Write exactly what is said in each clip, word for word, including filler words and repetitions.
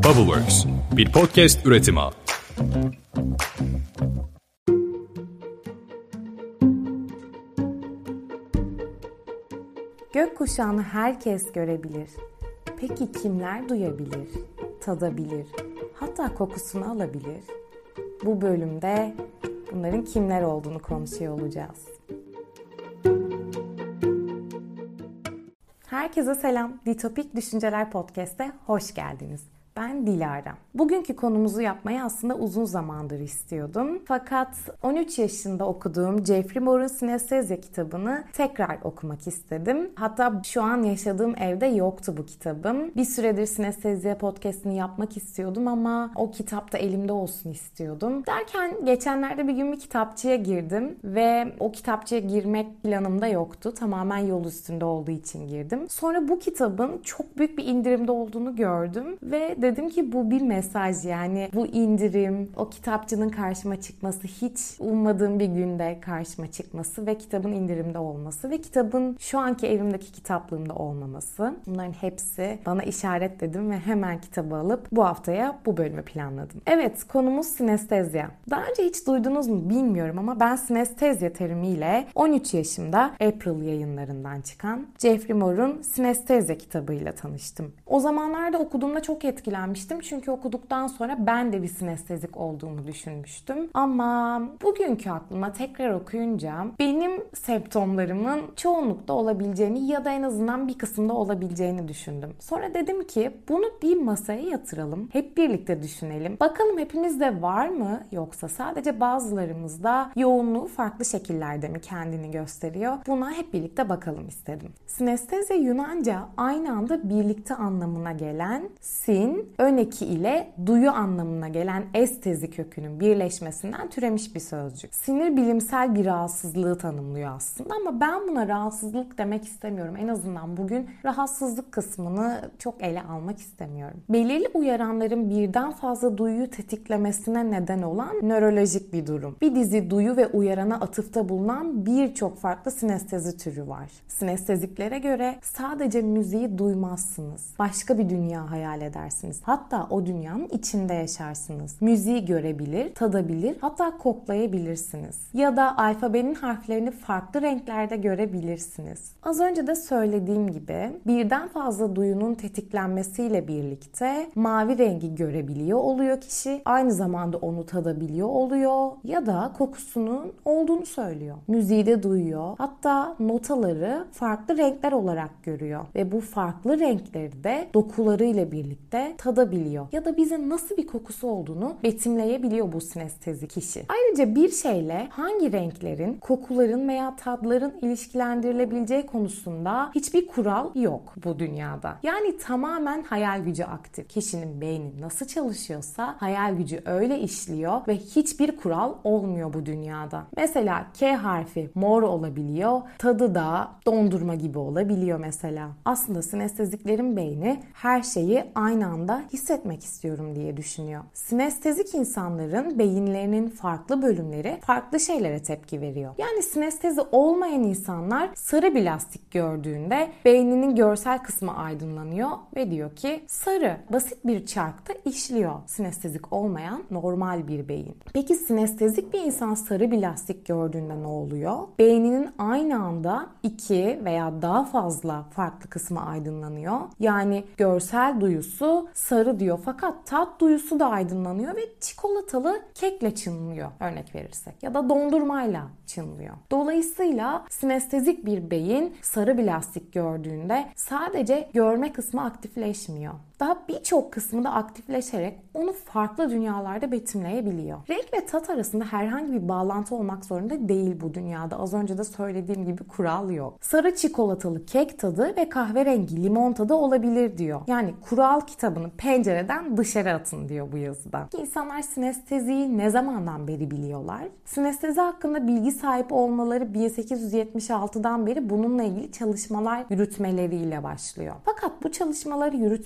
Bubbleworks, bir podcast üretimi. Gökkuşağını herkes görebilir. Peki kimler duyabilir, tadabilir, hatta kokusunu alabilir? Bu bölümde bunların kimler olduğunu konuşuyor olacağız. Herkese selam. Ditopik Düşünceler Podcast'e hoş geldiniz. Ben Dilara. Bugünkü konumuzu yapmayı aslında uzun zamandır istiyordum. Fakat on üç yaşında okuduğum Jeffrey Moore'un Sinestezya kitabını tekrar okumak istedim. Hatta şu an yaşadığım evde yoktu bu kitabım. Bir süredir Sinestezya podcast'ini yapmak istiyordum ama o kitap da elimde olsun istiyordum. Derken geçenlerde bir gün bir kitapçıya girdim ve o kitapçıya girmek planımda yoktu. Tamamen yol üstünde olduğu için girdim. Sonra bu kitabın çok büyük bir indirimde olduğunu gördüm ve dedim ki bu bir mesaj, yani bu indirim, o kitapçının karşıma çıkması, hiç ummadığım bir günde karşıma çıkması ve kitabın indirimde olması ve kitabın şu anki evimdeki kitaplığımda olmaması. Bunların hepsi bana işaret dedim ve hemen kitabı alıp bu haftaya bu bölümü planladım. Evet, konumuz sinestezya. Daha önce hiç duydunuz mu bilmiyorum ama ben sinestezya terimiyle on üç yaşımda April yayınlarından çıkan Jeffrey Moore'un Sinestezya kitabıyla tanıştım. O zamanlarda okuduğumda çok etkilenmiştim. Çünkü okuduktan sonra ben de bir sinestezik olduğumu düşünmüştüm. Ama bugünkü aklıma tekrar okuyunca benim semptomlarımın çoğunlukta olabileceğini ya da en azından bir kısımda olabileceğini düşündüm. Sonra dedim ki bunu bir masaya yatıralım. Hep birlikte düşünelim. Bakalım hepimizde var mı, yoksa sadece bazılarımızda yoğunluğu farklı şekillerde mi kendini gösteriyor? Buna hep birlikte bakalım istedim. Sinestezya Yunanca aynı anda birlikte anlamına gelen sin, ön eki ile duyu anlamına gelen estezi kökünün birleşmesinden türemiş bir sözcük. Sinir bilimsel bir rahatsızlığı tanımlıyor aslında ama ben buna rahatsızlık demek istemiyorum. En azından bugün rahatsızlık kısmını çok ele almak istemiyorum. Belirli uyaranların birden fazla duyuyu tetiklemesine neden olan nörolojik bir durum. Bir dizi duyu ve uyarana atıfta bulunan birçok farklı sinestezi türü var. Sinesteziklere göre sadece müziği duymazsınız. Başka bir dünya hayal edersiniz. Hatta o dünyanın içinde yaşarsınız. Müziği görebilir, tadabilir, hatta koklayabilirsiniz. Ya da alfabenin harflerini farklı renklerde görebilirsiniz. Az önce de söylediğim gibi birden fazla duyunun tetiklenmesiyle birlikte mavi rengi görebiliyor oluyor kişi. Aynı zamanda onu tadabiliyor oluyor ya da kokusunun olduğunu söylüyor. Müziği de duyuyor. Hatta notaları farklı renkler olarak görüyor ve bu farklı renkleri de dokularıyla birlikte tadabiliyor. Ya da bize nasıl bir kokusu olduğunu betimleyebiliyor bu sinestezi kişi. Ayrıca bir şeyle hangi renklerin, kokuların veya tadların ilişkilendirilebileceği konusunda hiçbir kural yok bu dünyada. Yani tamamen hayal gücü aktif. Kişinin beyni nasıl çalışıyorsa hayal gücü öyle işliyor ve hiçbir kural olmuyor bu dünyada. Mesela K harfi mor olabiliyor, tadı da dondurma gibi olabiliyor mesela. Aslında sinesteziklerin beyni her şeyi aynı anda hissetmek istiyorum diye düşünüyor. Sinestezik insanların beyinlerinin farklı bölümleri farklı şeylere tepki veriyor. Yani sinestezi olmayan insanlar sarı bir lastik gördüğünde beyninin görsel kısmı aydınlanıyor ve diyor ki sarı. Basit bir çarkta işliyor sinestezik olmayan normal bir beyin. Peki sinestezik bir insan sarı bir lastik gördüğünde ne oluyor? Beyninin aynı anda iki veya daha fazla farklı kısmı aydınlanıyor. Yani görsel duyusu sarı diyor fakat tat duyusu da aydınlanıyor ve çikolatalı kekle çınlıyor örnek verirsek ya da dondurmayla çınlıyor. Dolayısıyla sinestezik bir beyin sarı bir lastik gördüğünde sadece görme kısmı aktifleşmiyor. Daha birçok kısmı da aktifleşerek onu farklı dünyalarda betimleyebiliyor. Renk ve tat arasında herhangi bir bağlantı olmak zorunda değil bu dünyada. Az önce de söylediğim gibi kural yok. Sarı çikolatalı kek tadı ve kahverengi limon tadı olabilir diyor. Yani kural kitabını pencereden dışarı atın diyor bu yazıda. İnsanlar sinesteziyi ne zamandan beri biliyorlar? Sinestezi hakkında bilgi sahibi olmaları bin sekiz yüz yetmiş altıdan beri bununla ilgili çalışmalar yürütmeleriyle başlıyor. Fakat bu çalışmaları yürütmelerine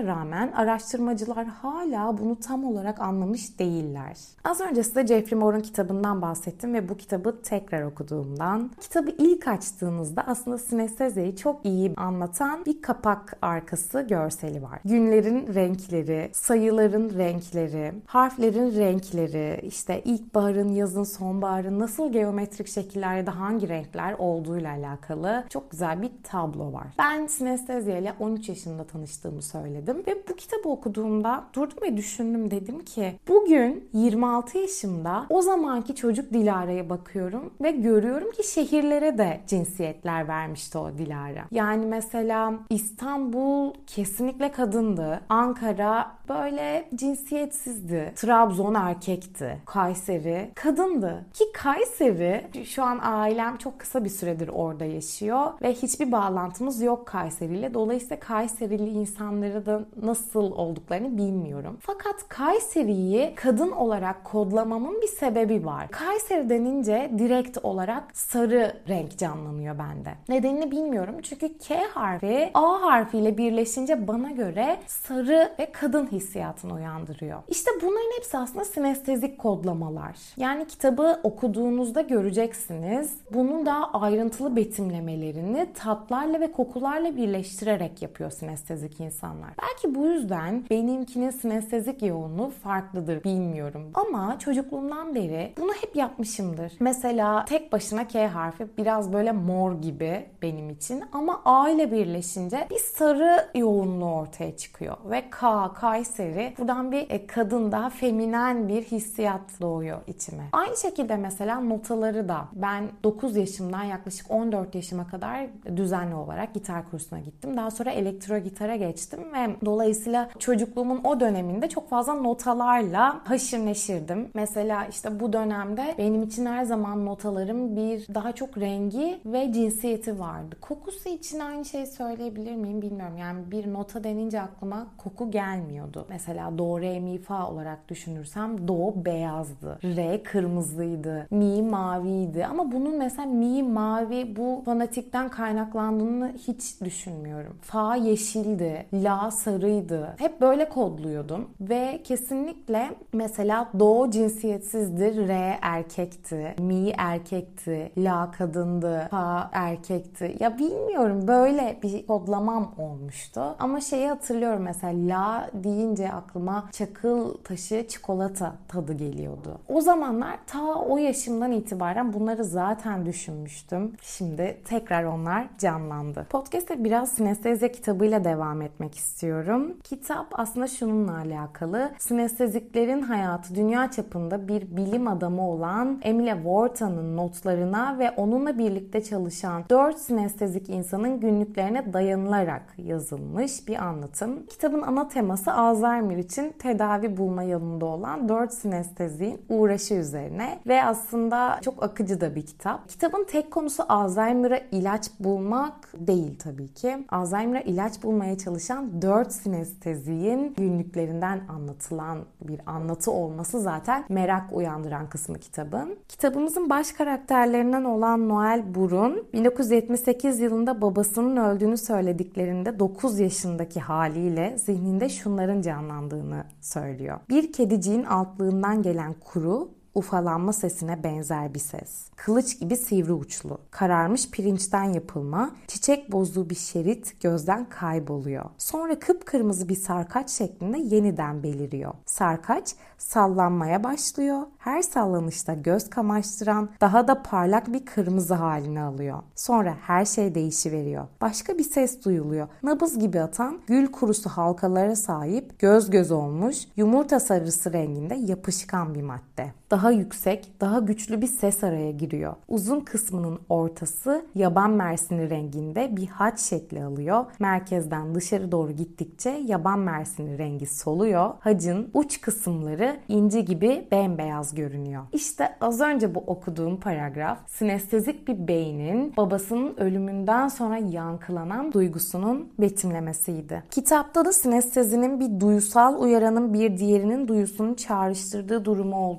olmasına rağmen araştırmacılar hala bunu tam olarak anlamış değiller. Az önce size Jeffrey Moore'un kitabından bahsettim ve bu kitabı tekrar okuduğumdan. Kitabı ilk açtığınızda aslında sinesteziyi çok iyi anlatan bir kapak arkası görseli var. Günlerin renkleri, sayıların renkleri, harflerin renkleri, işte ilkbaharın, yazın, sonbaharın nasıl geometrik şekillerde hangi renkler olduğuyla alakalı çok güzel bir tablo var. Ben sinesteziyle ile on üç yaşında tanıştığımı söyledim ve bu kitabı okuduğumda durdum ve düşündüm, dedim ki bugün yirmi altı yaşımda o zamanki çocuk Dilara'ya bakıyorum ve görüyorum ki şehirlere de cinsiyetler vermişti o Dilara. Yani mesela İstanbul kesinlikle kadındı. Ankara böyle cinsiyetsizdi. Trabzon erkekti. Kayseri kadındı. Ki Kayseri, şu an ailem çok kısa bir süredir orada yaşıyor ve hiçbir bağlantımız yok Kayseri ile. Dolayısıyla Kayserili insanları da nasıl olduklarını bilmiyorum. Fakat Kayseri'yi kadın olarak kodlamamın bir sebebi var. Kayseri denince direkt olarak sarı renk canlanıyor bende. Nedenini bilmiyorum çünkü K harfi A harfiyle birleşince bana göre sarı ve kadın hissiyatını uyandırıyor. İşte bunların hepsi aslında sinestezik kodlamalar. Yani kitabı okuduğunuzda göreceksiniz. Bunun daha ayrıntılı betimlemelerini tatlarla ve kokularla birleştirerek yapıyor sinestezik insanlar. Belki bu yüzden benimkinin sinestezik yoğunluğu farklıdır, bilmiyorum. Ama çocukluğumdan beri bunu hep yapmışımdır. Mesela tek başına K harfi biraz böyle mor gibi benim için ama A ile birleşince bir sarı yoğunluğu ortaya çıkıyor. Ve K, Kayseri, buradan bir kadın, daha feminen bir hissiyat doğuyor içime. Aynı şekilde mesela notaları da ben dokuz yaşımdan yaklaşık on dört yaşıma kadar düzenli olarak gitar kursuna gittim. Daha sonra elektro gitara geçtim ve dolayısıyla çocukluğumun o döneminde çok fazla notalarla haşır neşirdim. Mesela işte bu dönemde benim için her zaman notaların bir daha çok rengi ve cinsiyeti vardı. Kokusu için aynı şeyi söyleyebilir miyim bilmiyorum. Yani bir nota denince aklıma koku gelmiyordu. Mesela do, re, mi, fa olarak düşünürsem do beyazdı. Re kırmızıydı. Mi maviydi. Ama bunun mesela mi mavi bu fanatikten kaynaklandığını hiç düşünmüyorum. Fa yeşildi. La sarıydı. Hep böyle kodluyordum. Ve kesinlikle mesela do cinsiyetsizdir. Re erkekti. Mi erkekti. La kadındı. Fa erkekti. Ya bilmiyorum, böyle bir kodlamam olmuştu. Ama şeyi hatırlıyorum, mesela la deyince aklıma çakıl taşı çikolata tadı geliyordu. O zamanlar ta o yaşımdan itibaren bunları zaten düşünmüştüm. Şimdi tekrar onlar canlandı. Podcast'te biraz sinestezi kitabıyla devam etmek istiyorum. Kitap aslında şununla alakalı. Sinesteziklerin hayatı dünya çapında bir bilim adamı olan Emile Wharton'un notlarına ve onunla birlikte çalışan dört sinestezik insanın günlüklerine dayanılarak yazılmış bir anlatım. Kitabın ana teması Alzheimer için tedavi bulma yolunda olan dört sinesteziğin uğraşı üzerine ve aslında çok akıcı da bir kitap. Kitabın tek konusu Alzheimer'a ilaç bulmak değil tabii ki. Alzheimer'a ilaç bulmaya çalışan dört sinesteziğin günlüklerinden anlatılan bir anlatı olması zaten merak uyandıran kısmı kitabın. Kitabımızın baş karakterlerinden olan Noel Burun bin dokuz yüz yetmiş sekiz yılında babasının öldüğünü söylediklerinde dokuz yaşındaki haliyle zihninde şunların canlandığını söylüyor. Bir kediciğin altlığından gelen kuru, ufalanma sesine benzer bir ses. Kılıç gibi sivri uçlu, kararmış pirinçten yapılma, çiçek bozduğu bir şerit gözden kayboluyor. Sonra kıpkırmızı bir sarkaç şeklinde yeniden beliriyor. Sarkaç sallanmaya başlıyor. Her sallanışta göz kamaştıran, daha da parlak bir kırmızı halini alıyor. Sonra her şey değişiveriyor. Başka bir ses duyuluyor. Nabız gibi atan, gül kurusu halkalara sahip, göz göz olmuş, yumurta sarısı renginde yapışkan bir madde. Daha yüksek, daha güçlü bir ses araya giriyor. Uzun kısmının ortası yaban mersini renginde bir haç şekli alıyor. Merkezden dışarı doğru gittikçe yaban mersini rengi soluyor. Hacın uç kısımları inci gibi bembeyaz görünüyor. İşte az önce bu okuduğum paragraf sinestezik bir beynin babasının ölümünden sonra yankılanan duygusunun betimlemesiydi. Kitapta da sinestezinin bir duyusal uyaranın bir diğerinin duyusunu çağrıştırdığı durumu olduğunu çok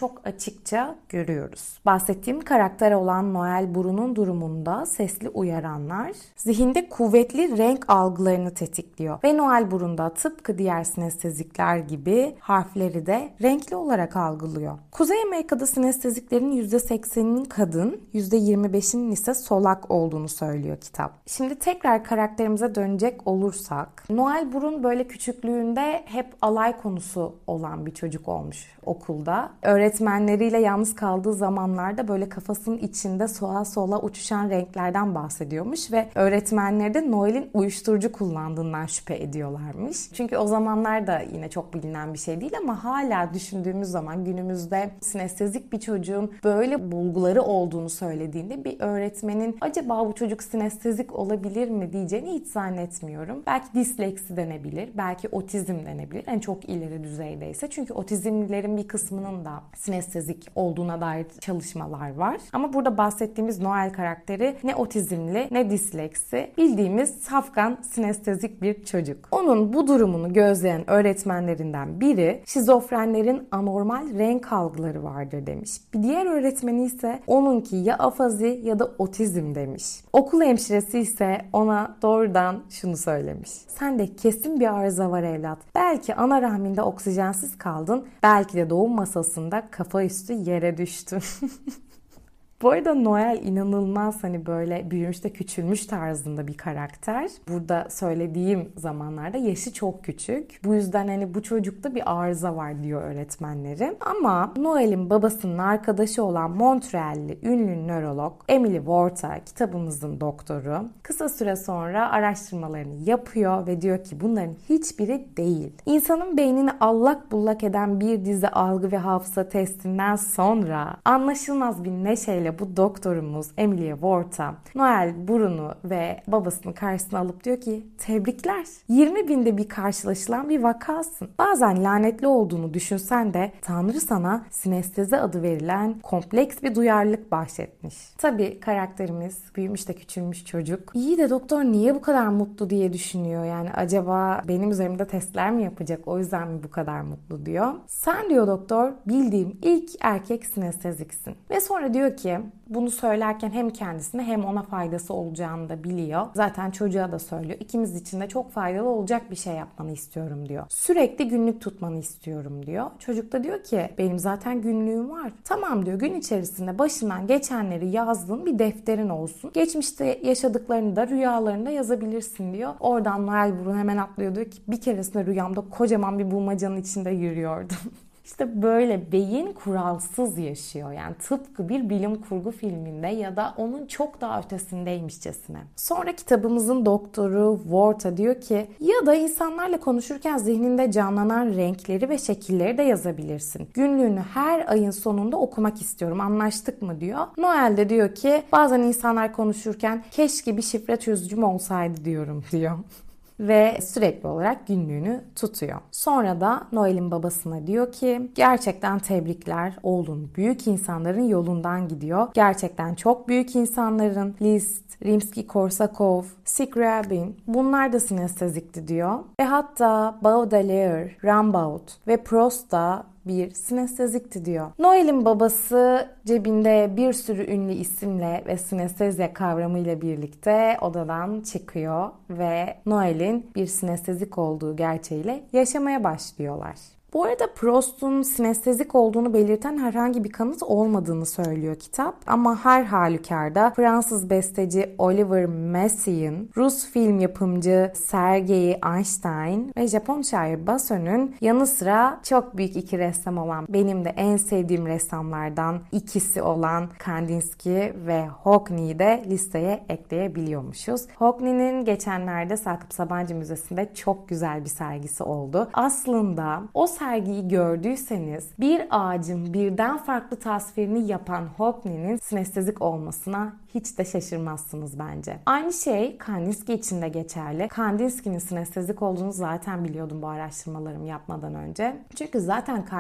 çok açıkça görüyoruz. Bahsettiğim karakter olan Noel Brun'un durumunda sesli uyaranlar zihinde kuvvetli renk algılarını tetikliyor. Ve Noel Brun'da tıpkı diğer sinestezikler gibi harfleri de renkli olarak algılıyor. Kuzey Amerika'da sinesteziklerin yüzde sekseninin kadın, yüzde yirmi beşinin ise solak olduğunu söylüyor kitap. Şimdi tekrar karakterimize dönecek olursak, Noel Brun böyle küçüklüğünde hep alay konusu olan bir çocuk olmuş okulda. Öğretmenleriyle yalnız kaldığı zamanlarda böyle kafasının içinde sola sola uçuşan renklerden bahsediyormuş ve öğretmenleri de Noel'in uyuşturucu kullandığından şüphe ediyorlarmış. Çünkü o zamanlar da yine çok bilinen bir şey değil ama hala düşündüğümüz zaman günümüzde sinestezik bir çocuğun böyle bulguları olduğunu söylediğinde bir öğretmenin acaba bu çocuk sinestezik olabilir mi diyeceğini hiç zannetmiyorum. Belki disleksi denebilir, belki otizm denebilir en çok ileri düzeydeyse. Çünkü otizmlilerin bir kısmının da sinestezik olduğuna dair çalışmalar var. Ama burada bahsettiğimiz Noel karakteri ne otizmli ne disleksi, bildiğimiz safkan sinestezik bir çocuk. Onun bu durumunu gözleyen öğretmenlerinden biri şizofrenlerin anormal renk algıları vardır demiş. Bir diğer öğretmeni ise onunki ya afazi ya da otizm demiş. Okul hemşiresi ise ona doğrudan şunu söylemiş. Sende kesin bir arıza var evlat. Belki ana rahminde oksijensiz kaldın, belki de doğum masasında kafa üstü yere düştün. Bu arada Noel inanılmaz hani böyle büyümüş de küçülmüş tarzında bir karakter. Burada söylediğim zamanlarda yaşı çok küçük. Bu yüzden hani bu çocukta bir arıza var diyor öğretmenleri. Ama Noel'in babasının arkadaşı olan Montreal'li ünlü nörolog Emily Vorta, kitabımızın doktoru, kısa süre sonra araştırmalarını yapıyor ve diyor ki bunların hiçbiri değil. İnsanın beynini allak bullak eden bir dizi algı ve hafıza testinden sonra anlaşılmaz bir neşeyle bu doktorumuz Emily Vorta Noel Brun'u ve babasını karşısına alıp diyor ki tebrikler. yirmi binde bir karşılaşılan bir vakasın. Bazen lanetli olduğunu düşünsen de Tanrı sana sinestezi adı verilen kompleks bir duyarlılık bahşetmiş. Tabii karakterimiz büyümüş de küçülmüş çocuk. İyi de doktor niye bu kadar mutlu diye düşünüyor. Yani acaba benim üzerimde testler mi yapacak, o yüzden mi bu kadar mutlu diyor. Sen diyor doktor bildiğim ilk erkek sinesteziksin. Ve sonra diyor ki bunu söylerken hem kendisine hem ona faydası olacağını da biliyor. Zaten çocuğa da söylüyor. İkimiz için de çok faydalı olacak bir şey yapmanı istiyorum diyor. Sürekli günlük tutmanı istiyorum diyor. Çocuk da diyor ki benim zaten günlüğüm var. Tamam diyor, gün içerisinde başından geçenleri yazdığın bir defterin olsun. Geçmişte yaşadıklarını da rüyalarında yazabilirsin diyor. Oradan Noel Brun hemen atlıyor, diyor ki bir keresinde rüyamda kocaman bir bulmacanın içinde yürüyordum. İşte böyle beyin kuralsız yaşıyor. Yani tıpkı bir bilim kurgu filminde ya da onun çok daha ötesindeymişçesine. Sonra kitabımızın doktoru Vorta diyor ki ya da insanlarla konuşurken zihninde canlanan renkleri ve şekilleri de yazabilirsin. Günlüğünü her ayın sonunda okumak istiyorum. Anlaştık mı diyor. Noel de diyor ki bazen insanlar konuşurken keşke bir şifre çözücüm olsaydı diyorum diyor. Ve sürekli olarak günlüğünü tutuyor. Sonra da Noel'in babasına diyor ki gerçekten tebrikler, oğlun büyük insanların yolundan gidiyor. Gerçekten çok büyük insanların, Liszt, Rimski-Korsakov, Scriabin, bunlar da sinestezikti diyor. Ve hatta Baudelaire, Rimbaud ve Proust da bir sinestezikti diyor. Noel'in babası cebinde bir sürü ünlü isimle ve sinestezya kavramıyla birlikte odadan çıkıyor ve Noel'in bir sinestezik olduğu gerçeğiyle yaşamaya başlıyorlar. Bu arada Proust'un sinestezik olduğunu belirten herhangi bir kanıt olmadığını söylüyor kitap. Ama her halükarda Fransız besteci Oliver Messiaen, Rus film yapımcı Sergei Einstein ve Japon şair Basso'nun yanı sıra çok büyük iki ressam olan, benim de en sevdiğim ressamlardan ikisi olan Kandinsky ve Hockney'i de listeye ekleyebiliyormuşuz. Hockney'nin geçenlerde Sakıp Sabancı Müzesi'nde çok güzel bir sergisi oldu. Aslında o sergiyi gördüyseniz bir ağacın birden farklı tasvirini yapan Hockney'nin sinestezik olmasına hiç de şaşırmazsınız bence. Aynı şey Kandinsky için de geçerli. Kandinsky'nin sinestezik olduğunu zaten biliyordum bu araştırmalarımı yapmadan önce. Çünkü zaten Kandinsky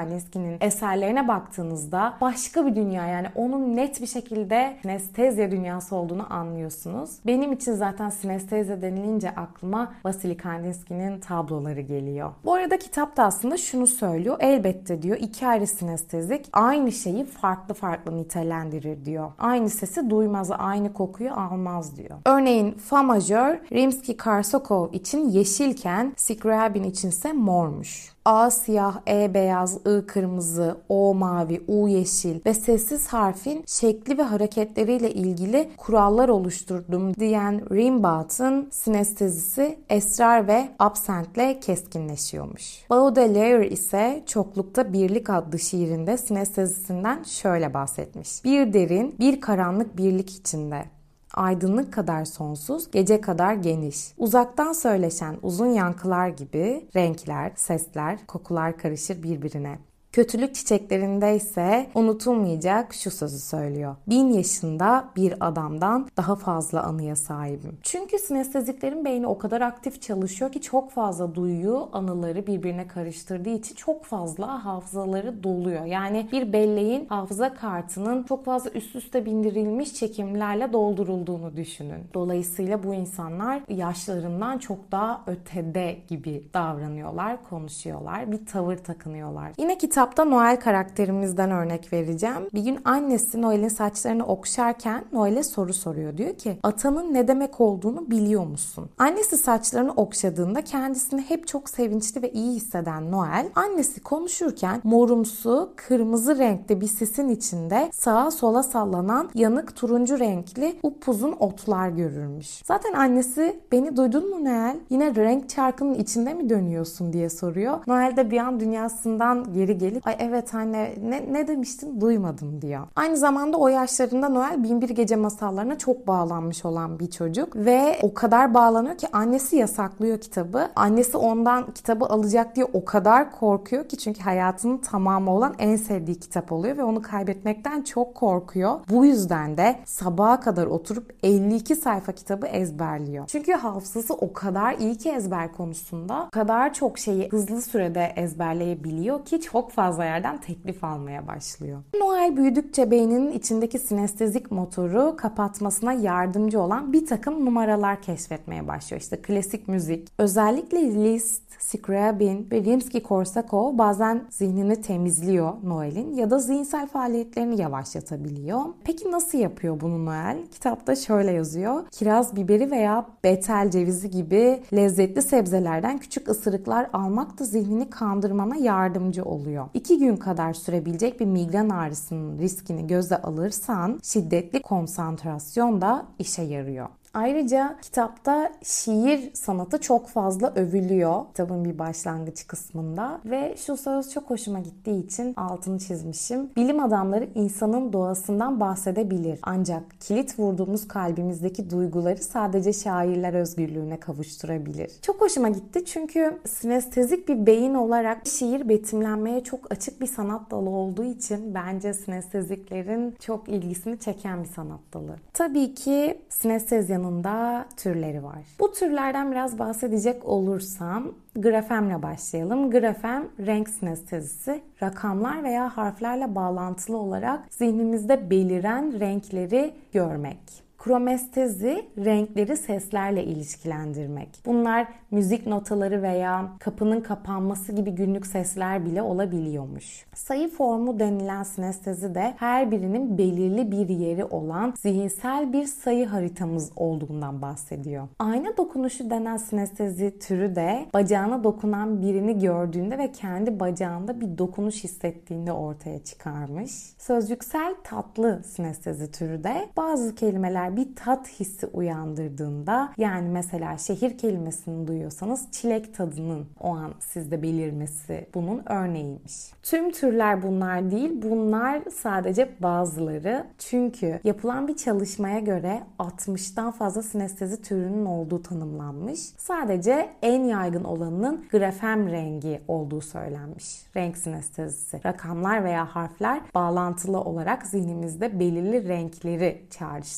Kandinsky'nin eserlerine baktığınızda başka bir dünya, yani onun net bir şekilde sinestezya dünyası olduğunu anlıyorsunuz. Benim için zaten sinestezya denilince aklıma Vasily Kandinsky'nin tabloları geliyor. Bu arada kitap da aslında şunu söylüyor. Elbette diyor iki ayrı sinestezik aynı şeyi farklı farklı nitelendirir diyor. Aynı sesi duymaz, aynı kokuyu almaz diyor. Örneğin fa majör Rimski-Korsakov için yeşilken Scriabin içinse mormuş. A siyah, E beyaz, I kırmızı, O mavi, U yeşil ve sessiz harfin şekli ve hareketleriyle ilgili kurallar oluşturdum diyen Rimbaud'un sinestezisi esrar ve absentle keskinleşiyormuş. Baudelaire ise Çoklukta Birlik adlı şiirinde sinestezisinden şöyle bahsetmiş. Bir derin, bir karanlık birlik içinde. Aydınlık kadar sonsuz, gece kadar geniş. Uzaktan söyleşen uzun yankılar gibi renkler, sesler, kokular karışır birbirine. Kötülük çiçeklerinde ise unutulmayacak şu sözü söylüyor. Bin yaşında bir adamdan daha fazla anıya sahibim. Çünkü sinesteziklerin beyni o kadar aktif çalışıyor ki çok fazla duyuyu, anıları birbirine karıştırdığı için çok fazla hafızaları doluyor. Yani bir belleğin hafıza kartının çok fazla üst üste bindirilmiş çekimlerle doldurulduğunu düşünün. Dolayısıyla bu insanlar yaşlarından çok daha ötede gibi davranıyorlar, konuşuyorlar, bir tavır takınıyorlar. Yine kitap Kitapta Noel karakterimizden örnek vereceğim. Bir gün annesi Noel'in saçlarını okşarken Noel'e soru soruyor. Diyor ki, atanın ne demek olduğunu biliyor musun? Annesi saçlarını okşadığında kendisini hep çok sevinçli ve iyi hisseden Noel, annesi konuşurken morumsu, kırmızı renkte bir sisin içinde sağa sola sallanan yanık turuncu renkli upuzun otlar görürmüş. Zaten annesi, beni duydun mu Noel? Yine renk çarkının içinde mi dönüyorsun diye soruyor. Noel de bir an dünyasından geri gelip ay evet anne ne, ne demiştin duymadım diyor. Aynı zamanda o yaşlarında Noel Binbir Gece masallarına çok bağlanmış olan bir çocuk ve o kadar bağlanıyor ki annesi yasaklıyor kitabı. Annesi ondan kitabı alacak diye o kadar korkuyor ki çünkü hayatının tamamı olan en sevdiği kitap oluyor ve onu kaybetmekten çok korkuyor. Bu yüzden de sabaha kadar oturup elli iki sayfa kitabı ezberliyor. Çünkü hafızası o kadar iyi ki ezber konusunda o kadar çok şeyi hızlı sürede ezberleyebiliyor ki çok fazla yerden teklif almaya başlıyor. Noel büyüdükçe beyninin içindeki sinestezik motoru kapatmasına yardımcı olan bir takım numaralar keşfetmeye başlıyor. İşte klasik müzik, özellikle Liszt, Scriabin ve Rimski-Korsakov bazen zihnini temizliyor Noel'in ya da zihinsel faaliyetlerini yavaşlatabiliyor. Peki nasıl yapıyor bunu Noel? Kitapta şöyle yazıyor. Kiraz biberi veya betel cevizi gibi lezzetli sebzelerden küçük ısırıklar almak da zihnini kandırmana yardımcı oluyor. İki gün kadar sürebilecek bir migren ağrısının riskini göze alırsan şiddetli konsantrasyon da işe yarıyor. Ayrıca kitapta şiir sanatı çok fazla övülüyor kitabın bir başlangıç kısmında ve şu söz çok hoşuma gittiği için altını çizmişim. Bilim adamları insanın doğasından bahsedebilir ancak kilit vurduğumuz kalbimizdeki duyguları sadece şairler özgürlüğüne kavuşturabilir. Çok hoşuma gitti çünkü sinestezik bir beyin olarak şiir betimlenmeye çok açık bir sanat dalı olduğu için bence sinesteziklerin çok ilgisini çeken bir sanat dalı. Tabii ki sinestezyanın da türleri var. Bu türlerden biraz bahsedecek olursam grafemle başlayalım. Grafem renk sinestezisi, rakamlar veya harflerle bağlantılı olarak zihnimizde beliren renkleri görmek. Kromestezi, renkleri seslerle ilişkilendirmek. Bunlar müzik notaları veya kapının kapanması gibi günlük sesler bile olabiliyormuş. Sayı formu denilen sinestezi de her birinin belirli bir yeri olan zihinsel bir sayı haritamız olduğundan bahsediyor. Ayna dokunuşu denen sinestezi türü de bacağına dokunan birini gördüğünde ve kendi bacağında bir dokunuş hissettiğinde ortaya çıkarmış. Sözcüksel tatlı sinestezi türü de bazı kelimeler bir tat hissi uyandırdığında, yani mesela şehir kelimesini duyuyorsanız çilek tadının o an sizde belirmesi bunun örneğiymiş. Tüm türler bunlar değil, bunlar sadece bazıları. Çünkü yapılan bir çalışmaya göre altmıştan fazla sinestezi türünün olduğu tanımlanmış. Sadece en yaygın olanının grafem rengi olduğu söylenmiş. Renk sinestezisi. Rakamlar veya harfler bağlantılı olarak zihnimizde belirli renkleri çağrıştırır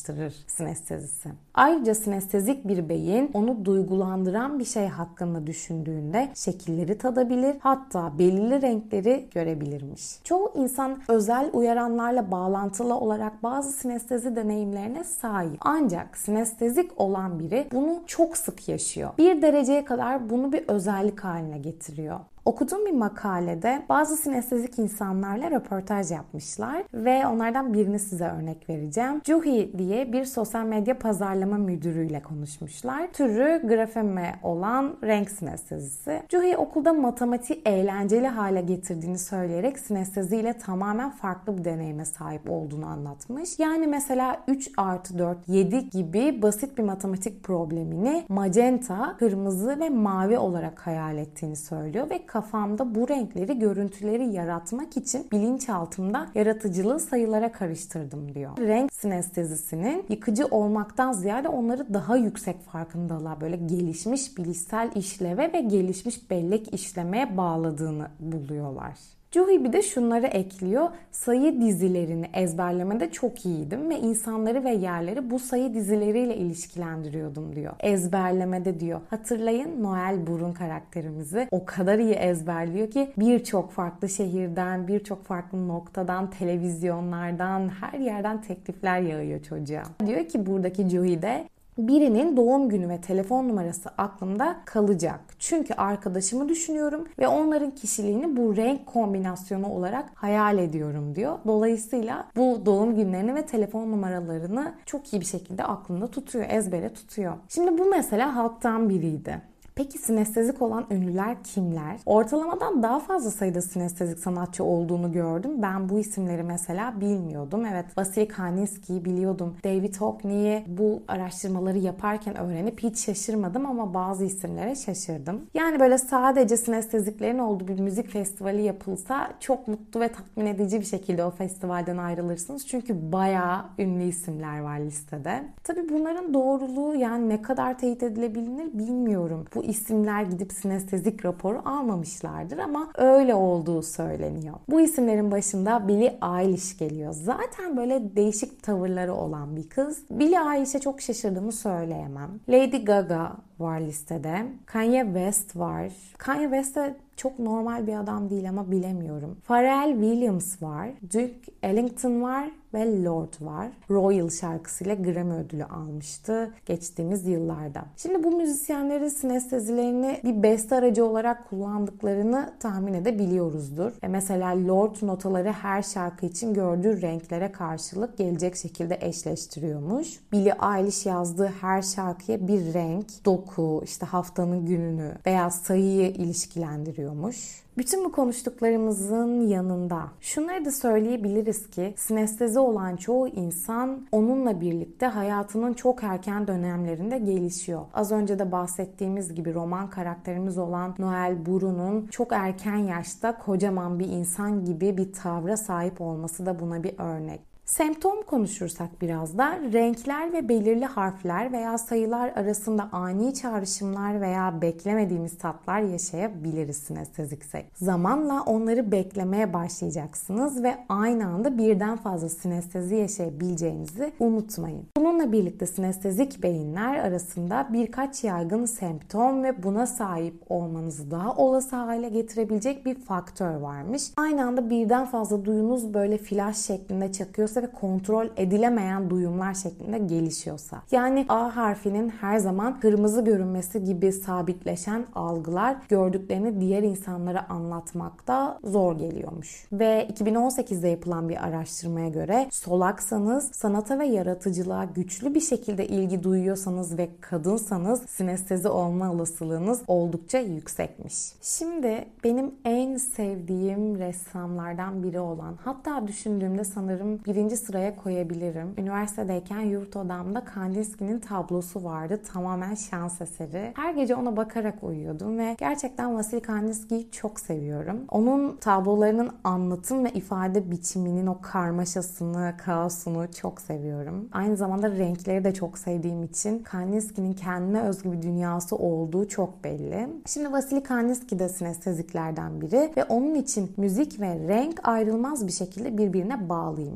sinestezisi. Ayrıca sinestezik bir beyin onu duygulandıran bir şey hakkında düşündüğünde şekilleri tadabilir, hatta belirli renkleri görebilirmiş. Çoğu insan özel uyaranlarla bağlantılı olarak bazı sinestezi deneyimlerine sahip. Ancak sinestezik olan biri bunu çok sık yaşıyor. Bir dereceye kadar bunu bir özellik haline getiriyor. Okuduğum bir makalede bazı sinestezik insanlarla röportaj yapmışlar ve onlardan birini size örnek vereceğim. Juhi diye bir sosyal medya pazarlama müdürüyle konuşmuşlar. Türü grafeme olan renk sinestezisi. Juhi okulda matematiği eğlenceli hale getirdiğini söyleyerek sinesteziyle tamamen farklı bir deneyime sahip olduğunu anlatmış. Yani mesela üç artı dört, yedi gibi basit bir matematik problemini magenta, kırmızı ve mavi olarak hayal ettiğini söylüyor ve kafamda bu renkleri, görüntüleri yaratmak için bilinçaltımda yaratıcılığı sayılara karıştırdım diyor. Renk sinestezisinin yıkıcı olmaktan ziyade onları daha yüksek farkındalığa, böyle gelişmiş bilişsel işleve ve gelişmiş bellek işlemeye bağladığını buluyorlar. Juhi bir de şunları ekliyor. Sayı dizilerini ezberlemede çok iyiydim ve insanları ve yerleri bu sayı dizileriyle ilişkilendiriyordum diyor. Ezberlemede diyor. Hatırlayın Noel Burun karakterimizi o kadar iyi ezberliyor ki birçok farklı şehirden, birçok farklı noktadan, televizyonlardan, her yerden teklifler yağıyor çocuğa. Diyor ki buradaki Juhi de birinin doğum günü ve telefon numarası aklımda kalacak. Çünkü arkadaşımı düşünüyorum ve onların kişiliğini bu renk kombinasyonu olarak hayal ediyorum diyor. Dolayısıyla bu doğum günlerini ve telefon numaralarını çok iyi bir şekilde aklında tutuyor, ezbere tutuyor. Şimdi bu mesela halktan biriydi. Peki sinestezik olan ünlüler kimler? Ortalamadan daha fazla sayıda sinestezik sanatçı olduğunu gördüm. Ben bu isimleri mesela bilmiyordum. Evet, Vasily Kandinsky'yi biliyordum. David Hockney'i bu araştırmaları yaparken öğrenip hiç şaşırmadım ama bazı isimlere şaşırdım. Yani böyle sadece sinesteziklerin olduğu bir müzik festivali yapılsa çok mutlu ve tatmin edici bir şekilde o festivalden ayrılırsınız. Çünkü bayağı ünlü isimler var listede. Tabii bunların doğruluğu, yani ne kadar teyit edilebilir bilmiyorum. Bu isimler gidip sinestezik raporu almamışlardır ama öyle olduğu söyleniyor. Bu isimlerin başında Billie Eilish geliyor. Zaten böyle değişik tavırları olan bir kız. Billie Eilish'e çok şaşırdığımı söyleyemem. Lady Gaga var listede. Kanye West var. Kanye West de çok normal bir adam değil ama bilemiyorum. Pharrell Williams var. Duke Ellington var ve Lorde var. Royal şarkısıyla Grammy ödülü almıştı geçtiğimiz yıllarda. Şimdi bu müzisyenlerin sinestezilerini bir beste aracı olarak kullandıklarını tahmin edebiliyoruzdur. E mesela Lorde notaları her şarkı için gördüğü renklere karşılık gelecek şekilde eşleştiriyormuş. Billie Eilish yazdığı her şarkıya bir renk, doku, işte haftanın gününü veya sayıyı ilişkilendiriyormuş. Bütün bu konuştuklarımızın yanında şunları da söyleyebiliriz ki sinestezi olan çoğu insan onunla birlikte hayatının çok erken dönemlerinde gelişiyor. Az önce de bahsettiğimiz gibi roman karakterimiz olan Noel Burun'un çok erken yaşta kocaman bir insan gibi bir tavra sahip olması da buna bir örnek. Semptom konuşursak biraz da renkler ve belirli harfler veya sayılar arasında ani çağrışımlar veya beklemediğimiz tatlar yaşayabiliriz sinesteziksek. Zamanla onları beklemeye başlayacaksınız ve aynı anda birden fazla sinestezi yaşayabileceğinizi unutmayın. Bununla birlikte sinestezik beyinler arasında birkaç yaygın semptom ve buna sahip olmanızı daha olası hale getirebilecek bir faktör varmış. Aynı anda birden fazla duyunuz böyle flash şeklinde çakıyorsa ve kontrol edilemeyen duyumlar şeklinde gelişiyorsa. Yani A harfinin her zaman kırmızı görünmesi gibi sabitleşen algılar gördüklerini diğer insanlara anlatmakta zor geliyormuş. Ve iki bin on sekizde yapılan bir araştırmaya göre solaksanız, sanata ve yaratıcılığa güçlü bir şekilde ilgi duyuyorsanız ve kadınsanız sinestezi olma olasılığınız oldukça yüksekmiş. Şimdi benim en sevdiğim ressamlardan biri olan, hatta düşündüğümde sanırım birinci sıraya koyabilirim. Üniversitedeyken yurt odamda Kandinsky'nin tablosu vardı. Tamamen şans eseri. Her gece ona bakarak uyuyordum ve gerçekten Vasily Kandinsky'yi çok seviyorum. Onun tablolarının anlatım ve ifade biçiminin o karmaşasını, kaosunu çok seviyorum. Aynı zamanda renkleri de çok sevdiğim için Kandinsky'nin kendine özgü bir dünyası olduğu çok belli. Şimdi Vasily Kandinsky de sinesteziklerden biri ve onun için müzik ve renk ayrılmaz bir şekilde birbirine bağlıymış. Bu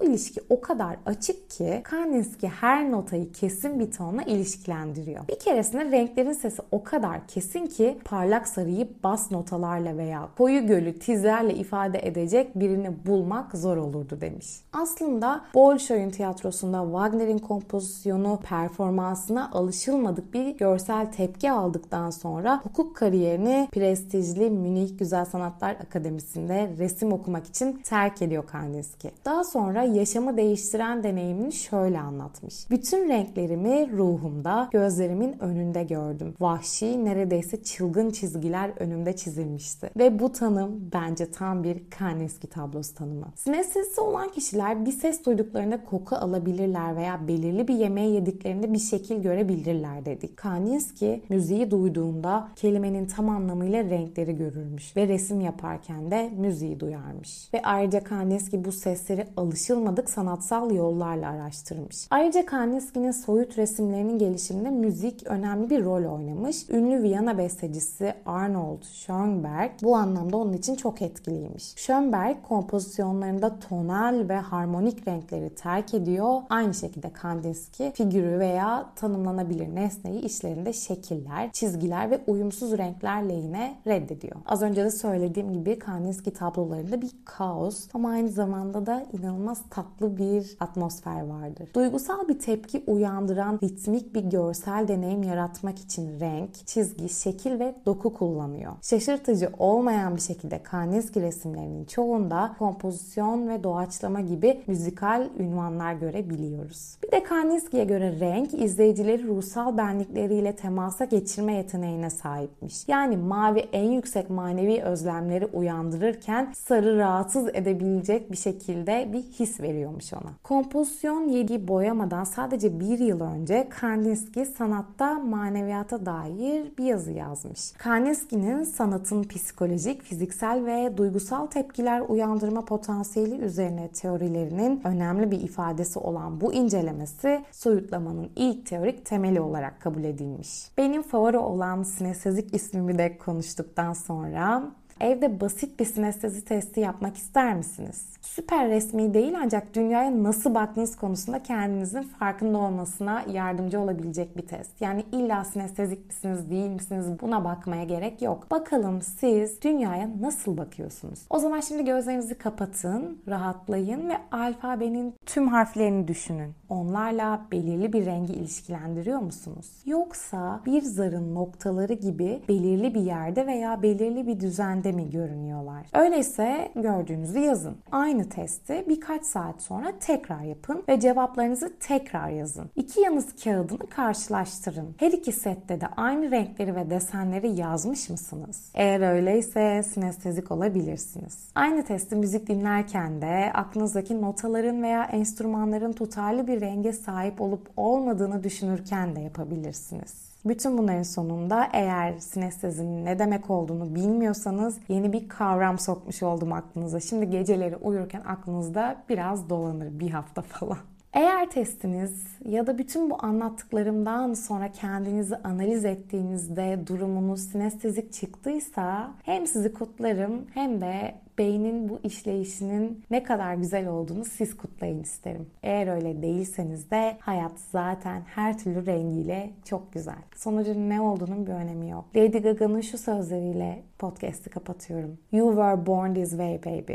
ilişki o kadar açık ki Kandinsky her notayı kesin bir tonla ilişkilendiriyor. Bir keresinde renklerin sesi o kadar kesin ki parlak sarıyı bas notalarla veya koyu gölü tizlerle ifade edecek birini bulmak zor olurdu demiş. Aslında Bolşoy'un tiyatrosunda Wagner'in kompozisyonu performansına alışılmadık bir görsel tepki aldıktan sonra hukuk kariyerini prestijli Münih Güzel Sanatlar Akademisi'nde resim okumak için terk ediyor Kandinsky. Daha sonra yaşamı değiştiren deneyimini şöyle anlatmış. Bütün renklerimi ruhumda, gözlerimin önünde gördüm. Vahşi, neredeyse çılgın çizgiler önümde çizilmişti. Ve bu tanım bence tam bir Kandinsky tablosu tanımı. Sinestezisi olan kişiler bir ses duyduklarında koku alabilirler veya belirli bir yemeği yediklerinde bir şekil görebilirler dedik. Kandinsky müziği duyduğunda kelimenin tam anlamıyla renkleri görürmüş ve resim yaparken de müziği duyarmış. Ve ayrıca Kandinsky bu sesleri alışılmadık sanatsal yollarla araştırmış. Ayrıca Kandinsky'nin soyut resimlerinin gelişiminde müzik önemli bir rol oynamış. Ünlü Viyana bestecisi Arnold Schoenberg bu anlamda onun için çok etkiliymiş. Schoenberg kompozisyonlarında tonal ve harmonik renkleri terk ediyor. Aynı şekilde Kandinsky figürü veya tanımlanabilir nesneyi işlerinde şekiller, çizgiler ve uyumsuz renklerle yine reddediyor. Az önce de söylediğim gibi Kandinsky tablolarında bir kaos ama aynı zamanda da inanılmaz tatlı bir atmosfer vardır. Duygusal bir tepki uyandıran ritmik bir görsel deneyim yaratmak için renk, çizgi, şekil ve doku kullanıyor. Şaşırtıcı olmayan bir şekilde Kandinsky resimlerinin çoğunda kompozisyon ve doğaçlama gibi müzikal ünvanlar görebiliyoruz. Bir de Kandinsky'ye göre renk izleyicileri ruhsal benlikleriyle temasa geçirme yeteneğine sahipmiş. Yani mavi en yüksek manevi özlemleri uyandırırken sarı rahatsız edebilecek bir şekilde bir his veriyormuş ona. Kompozisyon yediği boyamadan sadece bir yıl önce Kandinsky sanatta maneviyata dair bir yazı yazmış. Kandinsky'nin sanatın psikolojik, fiziksel ve duygusal tepkiler uyandırma potansiyeli üzerine teorilerinin önemli bir ifadesi olan bu incelemesi soyutlamanın ilk teorik temeli olarak kabul edilmiş. Benim favori olan sinestezik ismimi de konuştuktan sonra evde basit bir sinestezi testi yapmak ister misiniz? Süper resmi değil ancak dünyaya nasıl baktığınız konusunda kendinizin farkında olmasına yardımcı olabilecek bir test. Yani illa sinestezik misiniz değil misiniz buna bakmaya gerek yok. Bakalım siz dünyaya nasıl bakıyorsunuz? O zaman şimdi gözlerinizi kapatın, rahatlayın ve alfabenin tüm harflerini düşünün. Onlarla belirli bir rengi ilişkilendiriyor musunuz? Yoksa bir zarın noktaları gibi belirli bir yerde veya belirli bir düzende mi görünüyorlar? Öyleyse gördüğünüzü yazın. Aynı testi birkaç saat sonra tekrar yapın ve cevaplarınızı tekrar yazın. İki yanıt kağıdını karşılaştırın. Her iki sette de aynı renkleri ve desenleri yazmış mısınız? Eğer öyleyse sinestezik olabilirsiniz. Aynı testi müzik dinlerken de aklınızdaki notaların veya enstrümanların tutarlı bir renge sahip olup olmadığını düşünürken de yapabilirsiniz. Bütün bunların sonunda eğer sinestezinin ne demek olduğunu bilmiyorsanız yeni bir kavram sokmuş oldum aklınıza. Şimdi geceleri uyurken aklınızda biraz dolanır bir hafta falan. Eğer testiniz ya da bütün bu anlattıklarımdan sonra kendinizi analiz ettiğinizde durumunuz sinestezik çıktıysa hem sizi kutlarım hem de beynin bu işleyişinin ne kadar güzel olduğunu siz kutlayın isterim. Eğer öyle değilseniz de hayat zaten her türlü rengiyle çok güzel. Sonucun ne olduğunun bir önemi yok. Lady Gaga'nın şu sözleriyle podcast'ı kapatıyorum. You were born this way baby.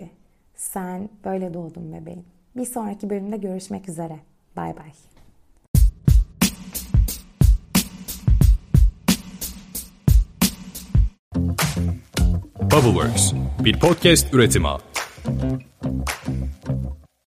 Sen böyle doğdun bebeğim. Bir sonraki bölümde görüşmek üzere. Bye bye. Bubbleworks bir podcast üretimi.